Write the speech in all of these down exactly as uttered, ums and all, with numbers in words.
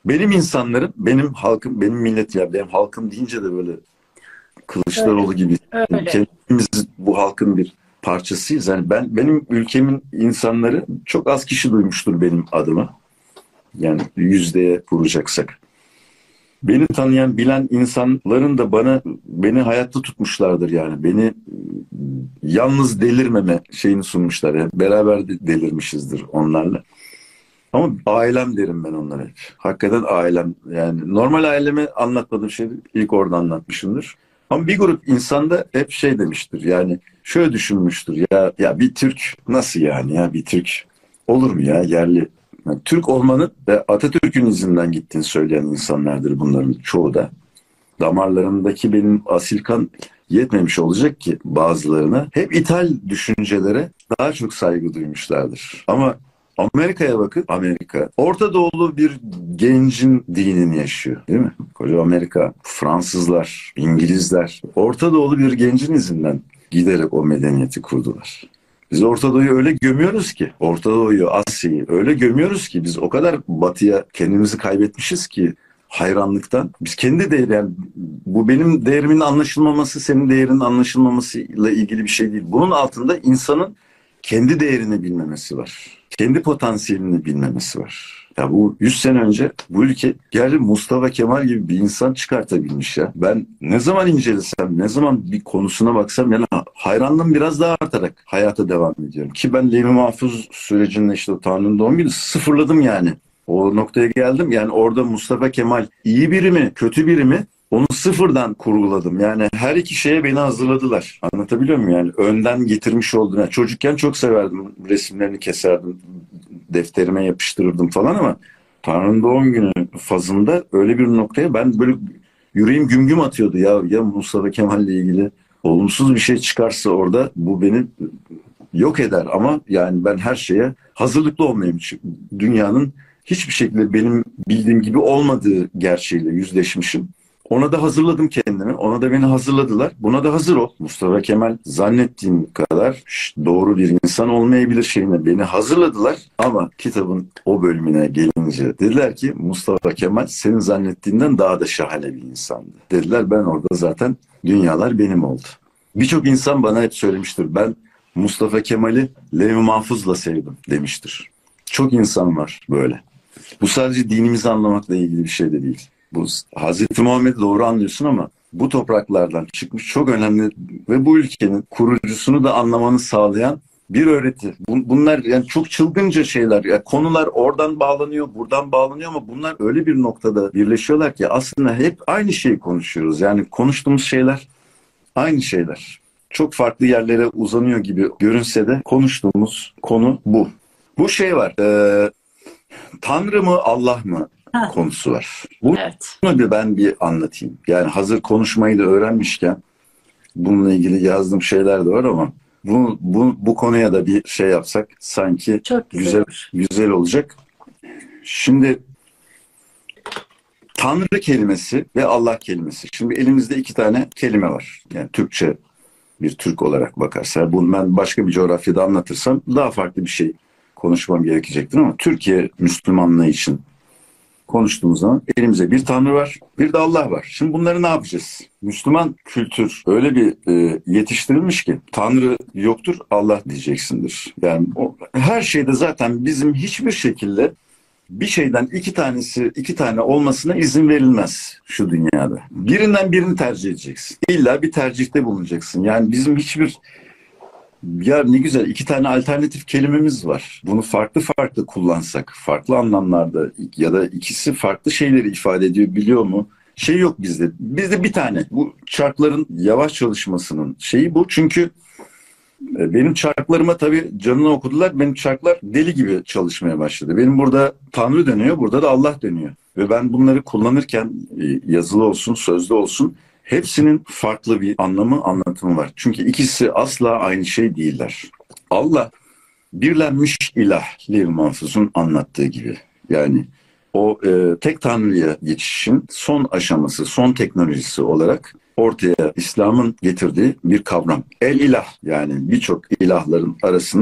Benim insanlarım, benim halkım, benim milletim, ya benim halkım deyince de böyle Öyle. Kılıçdaroğlu gibi Öyle. kendimiz bu halkın bir parçasıyız. Yani ben benim ülkemin insanları çok az kişi duymuştur benim adıma. Yani yüzdeye vuracaksak. Beni tanıyan, bilen insanların da bana beni hayatta tutmuşlardır yani. Beni yalnız delirmeme şeyini sunmuşlar. Yani beraber de delirmişizdir onlarla. Ama ailem derim ben onlara hep. Hakikaten ailem. Yani normal ailemi anlatmadığım şeyi ilk orada anlatmışımdır. Ama bir grup insan da hep şey demiştir. Yani şöyle düşünmüştür. Ya ya bir Türk nasıl yani ya bir Türk olur mu ya yerli? Yani Türk olmanın ve Atatürk'ün izinden gittiğini söyleyen insanlardır bunların çoğu da. Damarlarındaki benim asil kan yetmemiş olacak ki bazılarına. Hep ithal düşüncelere daha çok saygı duymuşlardır. Ama Amerika'ya bakın, Amerika. Orta Doğulu bir gencin dinini yaşıyor, değil mi? Koca Amerika, Fransızlar, İngilizler, Orta Doğulu bir gencin izinden giderek o medeniyeti kurdular. Biz Orta Doğu'yu öyle gömüyoruz ki, Orta Doğu'yu, Asya'yı öyle gömüyoruz ki biz o kadar batıya kendimizi kaybetmişiz ki hayranlıktan. Biz kendi değer, yani bu benim değerimin anlaşılmaması, senin değerinin anlaşılmamasıyla ilgili bir şey değil. Bunun altında insanın kendi değerini bilmemesi var. Kendi potansiyelini bilmemesi var. Ya bu yüz sene önce bu ülke gerçi Mustafa Kemal gibi bir insan çıkartabilmiş ya. Ben ne zaman incelesem, ne zaman bir konusuna baksam yani hayranlığım biraz daha artarak hayata devam ediyorum. Ki ben Levi Mahfuz sürecinde işte o Tanrı'nın doğum günü sıfırladım yani. O noktaya geldim. Yani orada Mustafa Kemal iyi biri mi, kötü biri mi? Onu sıfırdan kurguladım. Yani her iki şeye beni hazırladılar. Anlatabiliyor muyum? Yani önden getirmiş oldum. Yani çocukken çok severdim. Resimlerini keserdim. Defterime yapıştırırdım falan ama Tanrı'nın doğum günü fazında öyle bir noktaya ben böyle yüreğim güm güm atıyordu. Ya, ya Mustafa Kemal'le ilgili olumsuz bir şey çıkarsa orada bu beni yok eder. Ama yani ben her şeye hazırlıklı olmayayım. Dünyanın hiçbir şekilde benim bildiğim gibi olmadığı gerçeğiyle yüzleşmişim. Ona da hazırladım kendimi. Ona da beni hazırladılar. Buna da hazır ol. Mustafa Kemal zannettiğim kadar doğru bir insan olmayabilir şeyine beni hazırladılar. Ama kitabın o bölümüne gelince dediler ki Mustafa Kemal senin zannettiğinden daha da şahane bir insandı. Dediler ben orada zaten dünyalar benim oldu. Birçok insan bana hep söylemiştir. Ben Mustafa Kemal'i Levi Mahfuz'la sevdim demiştir. Çok insan var böyle. Bu sadece dinimizi anlamakla ilgili bir şey de değil. Bu Hazreti Muhammed'i doğru anlıyorsun ama bu topraklardan çıkmış çok önemli ve bu ülkenin kurucusunu da anlamanı sağlayan bir öğreti. Bunlar yani çok çılgınca şeyler. Yani konular oradan bağlanıyor, buradan bağlanıyor ama bunlar öyle bir noktada birleşiyorlar ki aslında hep aynı şeyi konuşuyoruz. Yani konuştuğumuz şeyler aynı şeyler. Çok farklı yerlere uzanıyor gibi görünse de konuştuğumuz konu bu. Bu şey var. E, Tanrı mı Allah mı Heh, konusu var. Bunu evet. bir ben bir anlatayım. Yani hazır konuşmayı da öğrenmişken bununla ilgili yazdığım şeyler de var ama bu, bu, bu konuya da bir şey yapsak sanki Çok güzel güzel olur. güzel olacak. Şimdi Tanrı kelimesi ve Allah kelimesi. Şimdi elimizde iki tane kelime var. Yani Türkçe bir Türk olarak bakarsa bunu ben başka bir coğrafyada anlatırsam daha farklı bir şey konuşmam gerekecektir ama Türkiye Müslümanlığı için konuştuğumuz zaman elimize bir Tanrı var, bir de Allah var. Şimdi bunları ne yapacağız? Müslüman kültür öyle bir e, yetiştirilmiş ki Tanrı yoktur, Allah diyeceksindir. Yani o, her şeyde zaten bizim hiçbir şekilde bir şeyden iki tanesi, iki tane olmasına izin verilmez şu dünyada. Birinden birini tercih edeceksin. İlla bir tercihte bulunacaksın. Yani bizim hiçbir ya ne güzel iki tane alternatif kelimemiz var. Bunu farklı farklı kullansak, farklı anlamlarda ya da ikisi farklı şeyleri ifade ediyor biliyor mu? Şey yok bizde. Bizde bir tane. Bu çarkların yavaş çalışmasının şeyi bu. Çünkü benim çarklarıma tabii canını okudular. Benim çarklar deli gibi çalışmaya başladı. Benim burada Tanrı dönüyor, burada da Allah dönüyor. Ve ben bunları kullanırken yazılı olsun, sözlü olsun hepsinin farklı bir anlamı, anlatımı var. Çünkü ikisi asla aynı şey değiller. Allah birlenmiş ilah, Lev Mahfuz'un anlattığı gibi. Yani o e, tek Tanrı'ya geçişin son aşaması, son teknolojisi olarak ortaya İslam'ın getirdiği bir kavram. El ilah yani birçok ilahların arasında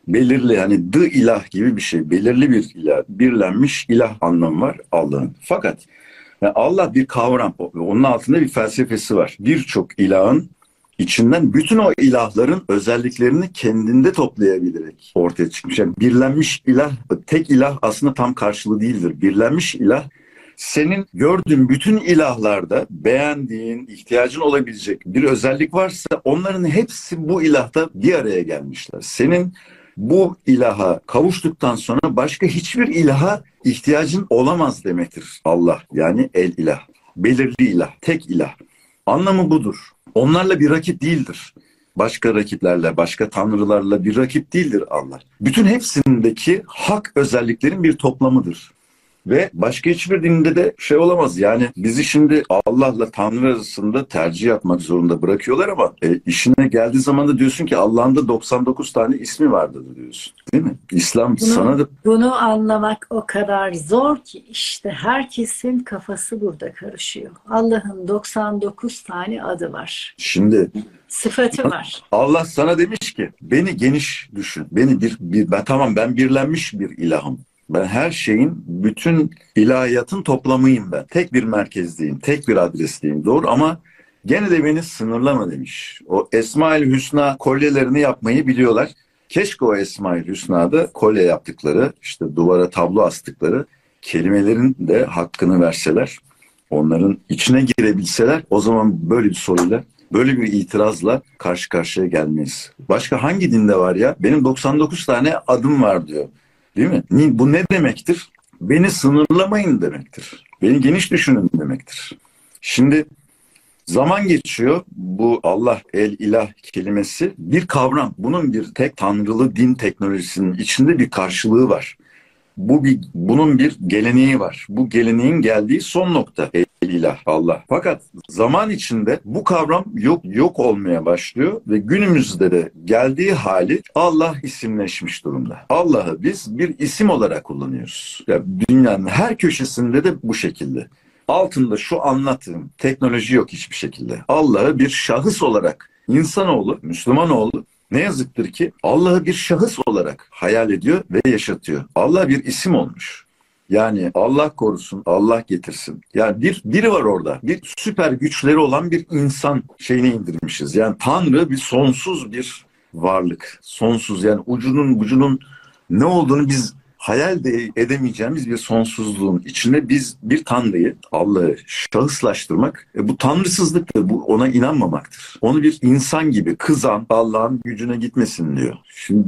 Belirli, hani dı ilah gibi bir şey. Belirli bir ilah, birlenmiş ilah anlamı var Allah'ın. Fakat yani Allah bir kavram. Onun altında bir felsefesi var. Birçok ilahın içinden bütün o ilahların özelliklerini kendinde toplayabilerek ortaya çıkmış. Yani birlenmiş ilah, tek ilah aslında tam karşılığı değildir. Birlenmiş ilah, senin gördüğün bütün ilahlarda beğendiğin, ihtiyacın olabilecek bir özellik varsa onların hepsi bu ilahta bir araya gelmişler. Senin bu ilaha kavuştuktan sonra başka hiçbir ilaha ihtiyacın olamaz demektir Allah. Yani el ilah, belirli ilah, tek ilah. Anlamı budur. Onlarla bir rakip değildir. Başka rakiplerle, başka tanrılarla bir rakip değildir Allah. Bütün hepsindeki hak özelliklerin bir toplamıdır. Ve başka hiçbir dinde de şey olamaz. Yani bizi şimdi Allah'la Tanrı arasında tercih yapmak zorunda bırakıyorlar ama e, işine geldiği zaman da diyorsun ki Allah'ın da doksan dokuz tane ismi vardır diyorsun. Değil mi? İslam Bunu, sana da... bunu anlamak o kadar zor ki işte herkesin kafası burada karışıyor. Allah'ın doksan dokuz tane adı var. Şimdi Sıfatı var. Allah sana demiş ki beni geniş düşün. Beni bir, bir ben tamam ben birlenmiş bir ilahım. Ben her şeyin, bütün ilahiyatın toplamıyım ben. Tek bir merkezdeyim, tek bir adresteyim. Doğru ama gene de beni sınırlama demiş. O Esma-ül Hüsna kolyelerini yapmayı biliyorlar. Keşke o Esma-ül Hüsna'da kolye yaptıkları, işte duvara tablo astıkları kelimelerin de hakkını verseler, onların içine girebilseler, o zaman böyle bir soruyla, böyle bir itirazla karşı karşıya gelmeyiz. Başka hangi dinde var ya? Benim doksan dokuz tane adım var diyor. Değil mi? Bu ne demektir? Beni sınırlamayın demektir. Beni geniş düşünün demektir. Şimdi zaman geçiyor. Bu Allah, el, ilah kelimesi bir kavram. Bunun bir tek tanrılı din teknolojisinin içinde bir karşılığı var. Bu bir, bunun bir geleneği var. Bu geleneğin geldiği son nokta el ilah Allah. Fakat zaman içinde bu kavram yok yok olmaya başlıyor ve günümüzde de geldiği hali Allah isimleşmiş durumda. Allah'ı biz bir isim olarak kullanıyoruz. Yani dünyanın her köşesinde de bu şekilde. Altında şu anlattığım teknoloji yok hiçbir şekilde. Allah'ı bir şahıs olarak insanoğlu, Müslümanoğlu ne yazıktır ki Allah'ı bir şahıs olarak hayal ediyor ve yaşatıyor. Allah bir isim olmuş. Yani Allah korusun, Allah getirsin. Yani bir biri var orada. Bir süper güçleri olan bir insan şeyine indirmişiz. Yani Tanrı bir sonsuz bir varlık. Sonsuz yani ucunun bucunun ne olduğunu biz hayal de edemeyeceğimiz bir sonsuzluğun içinde biz bir Tanrı'yı, Allah'ı şahıslaştırmak, e, bu tanrısızlıktır, bu ona inanmamaktır. Onu bir insan gibi kızan Allah'ın gücüne gitmesin diyor. Şimdi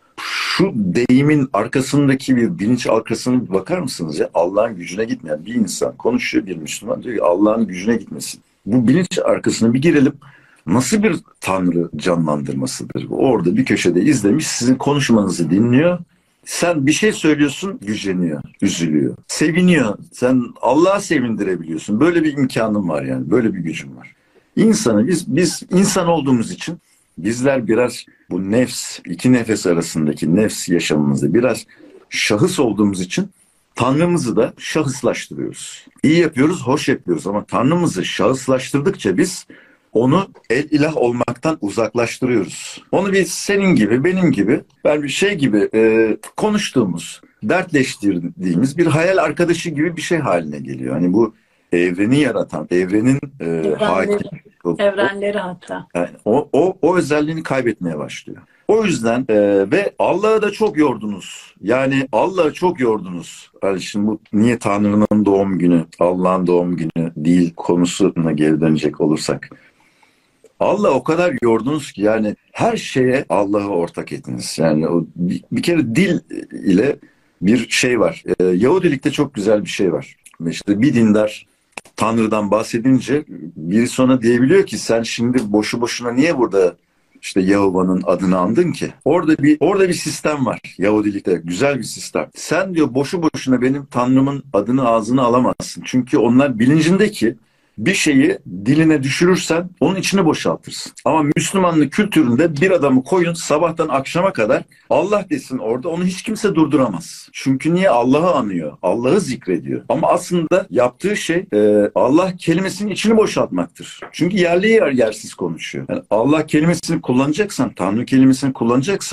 şu deyimin arkasındaki bir bilinç arkasına bir bakar mısınız ya? Allah'ın gücüne gitmeyen bir insan konuşuyor, bir Müslüman diyor ki Allah'ın gücüne gitmesin. Bu bilinç arkasına bir girelim. Nasıl bir Tanrı canlandırmasıdır? Orada bir köşede izlemiş, sizin konuşmanızı dinliyor. Sen bir şey söylüyorsun, güceniyor, üzülüyor, seviniyor. Sen Allah'ı sevindirebiliyorsun. Böyle bir imkanın var yani, böyle bir gücün var. İnsanı, biz biz insan olduğumuz için bizler biraz bu nefs, iki nefes arasındaki nefs yaşamımızda biraz şahıs olduğumuz için Tanrımızı da şahıslaştırıyoruz. İyi yapıyoruz, hoş yapıyoruz ama Tanrımızı şahıslaştırdıkça biz onu el ilah olmaktan uzaklaştırıyoruz. Onu bir senin gibi, benim gibi, ben bir şey gibi e, konuştuğumuz, dertleştirdiğimiz bir hayal arkadaşı gibi bir şey haline geliyor. Hani bu evreni yaratan, evrenin e, Evrenleri, hakim, evrenleri hatta. yani o, o, o özelliğini kaybetmeye başlıyor. O yüzden e, ve Allah'ı da çok yordunuz. Yani Allah'ı çok yordunuz. Yani şimdi bu niye Tanrı'nın doğum günü, Allah'ın doğum günü değil konusuna geri dönecek olursak. Allah o kadar yordunuz ki yani her şeye Allah'ı ortak ettiniz. Yani o bir, bir kere dil ile bir şey var. Ee, Yahudilikte çok güzel bir şey var. İşte bir dindar Tanrı'dan bahsedince biri sonra diyebiliyor ki sen şimdi boşu boşuna niye burada işte Yahova'nın adını andın ki? Orada bir orada bir sistem var Yahudilikte. Güzel bir sistem. Sen diyor boşu boşuna benim Tanrımın adını ağzına alamazsın. Çünkü onlar bilincinde ki bir şeyi diline düşürürsen onun içine boşaltırsın. Ama Müslümanlık kültüründe bir adamı koyun sabahtan akşama kadar Allah desin orada onu hiç kimse durduramaz. Çünkü niye? Allah'ı anıyor, Allah'ı zikrediyor. Ama aslında yaptığı şey e, Allah kelimesinin içini boşaltmaktır. Çünkü yerli yer yersiz konuşuyor. Yani Allah kelimesini kullanacaksan, Tanrı kelimesini kullanacaksan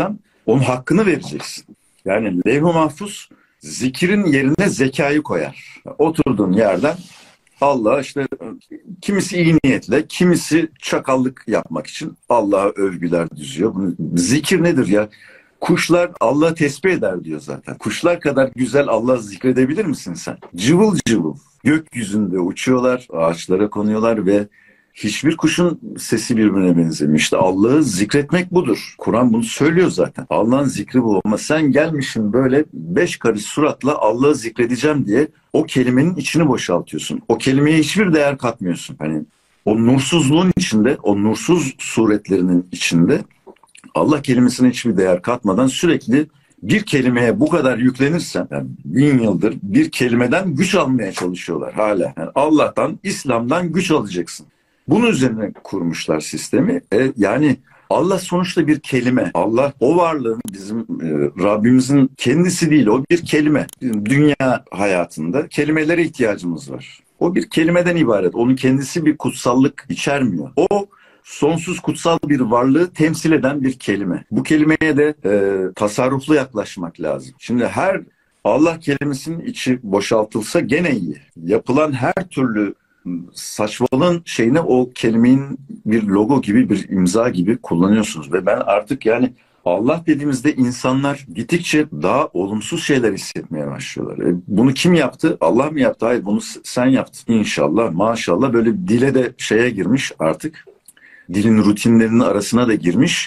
Onun hakkını vereceksin. Yani levh-i mahfuz zikrin yerine zekayı koyar. Oturduğun yerden Allah işte kimisi iyi niyetle, kimisi çakallık yapmak için Allah'a övgüler düzüyor. Bunu, zikir nedir ya? Kuşlar Allah'ı tesbih eder diyor zaten. Kuşlar kadar güzel Allah zikredebilir misin sen? Cıvıl cıvıl. Gökyüzünde uçuyorlar, ağaçlara konuyorlar ve hiçbir kuşun sesi birbirine benzemiyor. İşte Allah'ı zikretmek budur. Kur'an bunu söylüyor zaten. Allah'ın zikri bu. Ama sen gelmişsin böyle beş karış suratla Allah'ı zikredeceğim diye o kelimenin içini boşaltıyorsun. O kelimeye hiçbir değer katmıyorsun. Hani o nursuzluğun içinde, o nursuz suretlerinin içinde Allah kelimesine hiçbir değer katmadan sürekli bir kelimeye bu kadar yüklenirsen, yani bin yıldır bir kelimeden güç almaya çalışıyorlar hala. Yani Allah'tan, İslam'dan güç alacaksın. Bunun üzerine kurmuşlar sistemi. E, yani Allah sonuçta bir kelime. Allah o varlığın bizim e, Rabbimizin kendisi değil, o bir kelime. Bizim dünya hayatında kelimelere ihtiyacımız var. O bir kelimeden ibaret. Onun kendisi bir kutsallık içermiyor. O sonsuz kutsal bir varlığı temsil eden bir kelime. Bu kelimeye de e, tasarruflu yaklaşmak lazım. Şimdi her Allah kelimesinin içi boşaltılsa gene iyi. Yapılan her türlü saçmalığın şeyine o kelimenin bir logo gibi, bir imza gibi kullanıyorsunuz. Ve ben artık yani Allah dediğimizde insanlar gittikçe daha olumsuz şeyler hissetmeye başlıyorlar. E bunu kim yaptı? Allah mı yaptı? Hayır, bunu sen yaptın. İnşallah, maşallah böyle dile de şeye girmiş artık. Dilin rutinlerinin arasına da girmiş.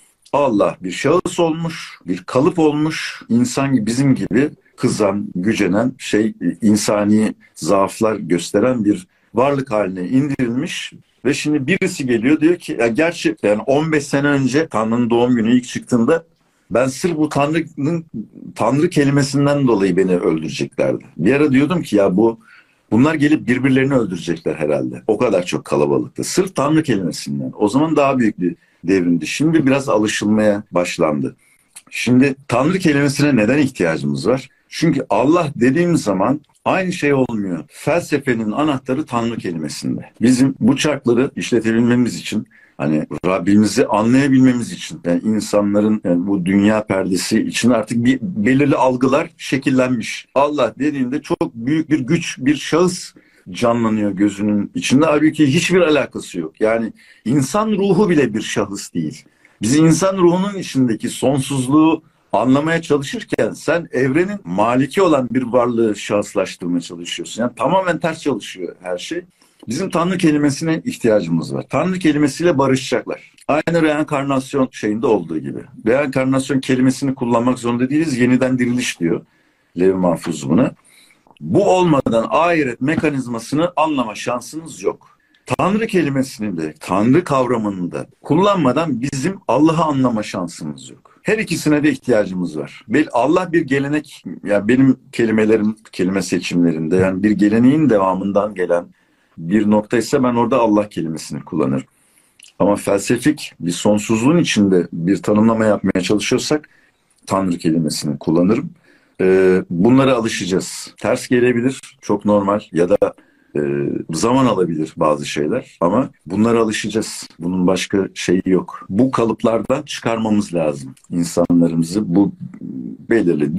Allah bir şahıs olmuş, bir kalıp olmuş, insan gibi bizim gibi kızan, gücenen, şey insani zaaflar gösteren bir varlık haline indirilmiş. Ve şimdi birisi geliyor diyor ki ya gerçi yani on beş sene önce Tanrı'nın doğum günü ilk çıktığında ben sırf bu Tanrı'nın Tanrı kelimesinden dolayı beni öldüreceklerdi. Bir ara diyordum ki ya bu bunlar gelip birbirlerini öldürecekler herhalde. O kadar çok kalabalıktı. Sırf Tanrı kelimesinden. O zaman daha büyük bir devrimdi. Şimdi biraz alışılmaya başlandı. Şimdi Tanrı kelimesine neden ihtiyacımız var? Çünkü Allah dediğim zaman aynı şey olmuyor. Felsefenin anahtarı Tanrı kelimesinde. Bizim bu çarkları işletebilmemiz için, hani Rabbimizi anlayabilmemiz için, yani insanların yani bu dünya perdesi için artık bir belirli algılar şekillenmiş. Allah dediğinde çok büyük bir güç, bir şahıs canlanıyor gözünün içinde. Halbuki hiçbir alakası yok. Yani insan ruhu bile bir şahıs değil. Biz insan ruhunun içindeki sonsuzluğu anlamaya çalışırken sen evrenin maliki olan bir varlığı şahıslaştırmaya çalışıyorsun. Yani tamamen ters çalışıyor her şey. Bizim Tanrı kelimesine ihtiyacımız var. Tanrı kelimesiyle barışacaklar. Aynı reenkarnasyon şeyinde olduğu gibi. Reenkarnasyon kelimesini kullanmak zorunda değiliz. Yeniden diriliş diyor Levh-i Mahfuz buna. Bu olmadan ahiret mekanizmasını anlama şansınız yok. Tanrı kelimesini de, Tanrı kavramını da kullanmadan bizim Allah'ı anlama şansımız yok. Her ikisine de ihtiyacımız var. Allah bir gelenek, yani benim kelimelerim, kelime seçimlerinde yani bir geleneğin devamından gelen bir nokta ise ben orada Allah kelimesini kullanırım. Ama felsefik bir sonsuzluğun içinde bir tanımlama yapmaya çalışıyorsak Tanrı kelimesini kullanırım. Ee, bunlara alışacağız. Ters gelebilir, çok normal ya da e, zaman alabilir bazı şeyler ama bunlara alışacağız. Bunun başka şeyi yok. Bu kalıplardan çıkarmamız lazım insanlarımızı. Bu belirli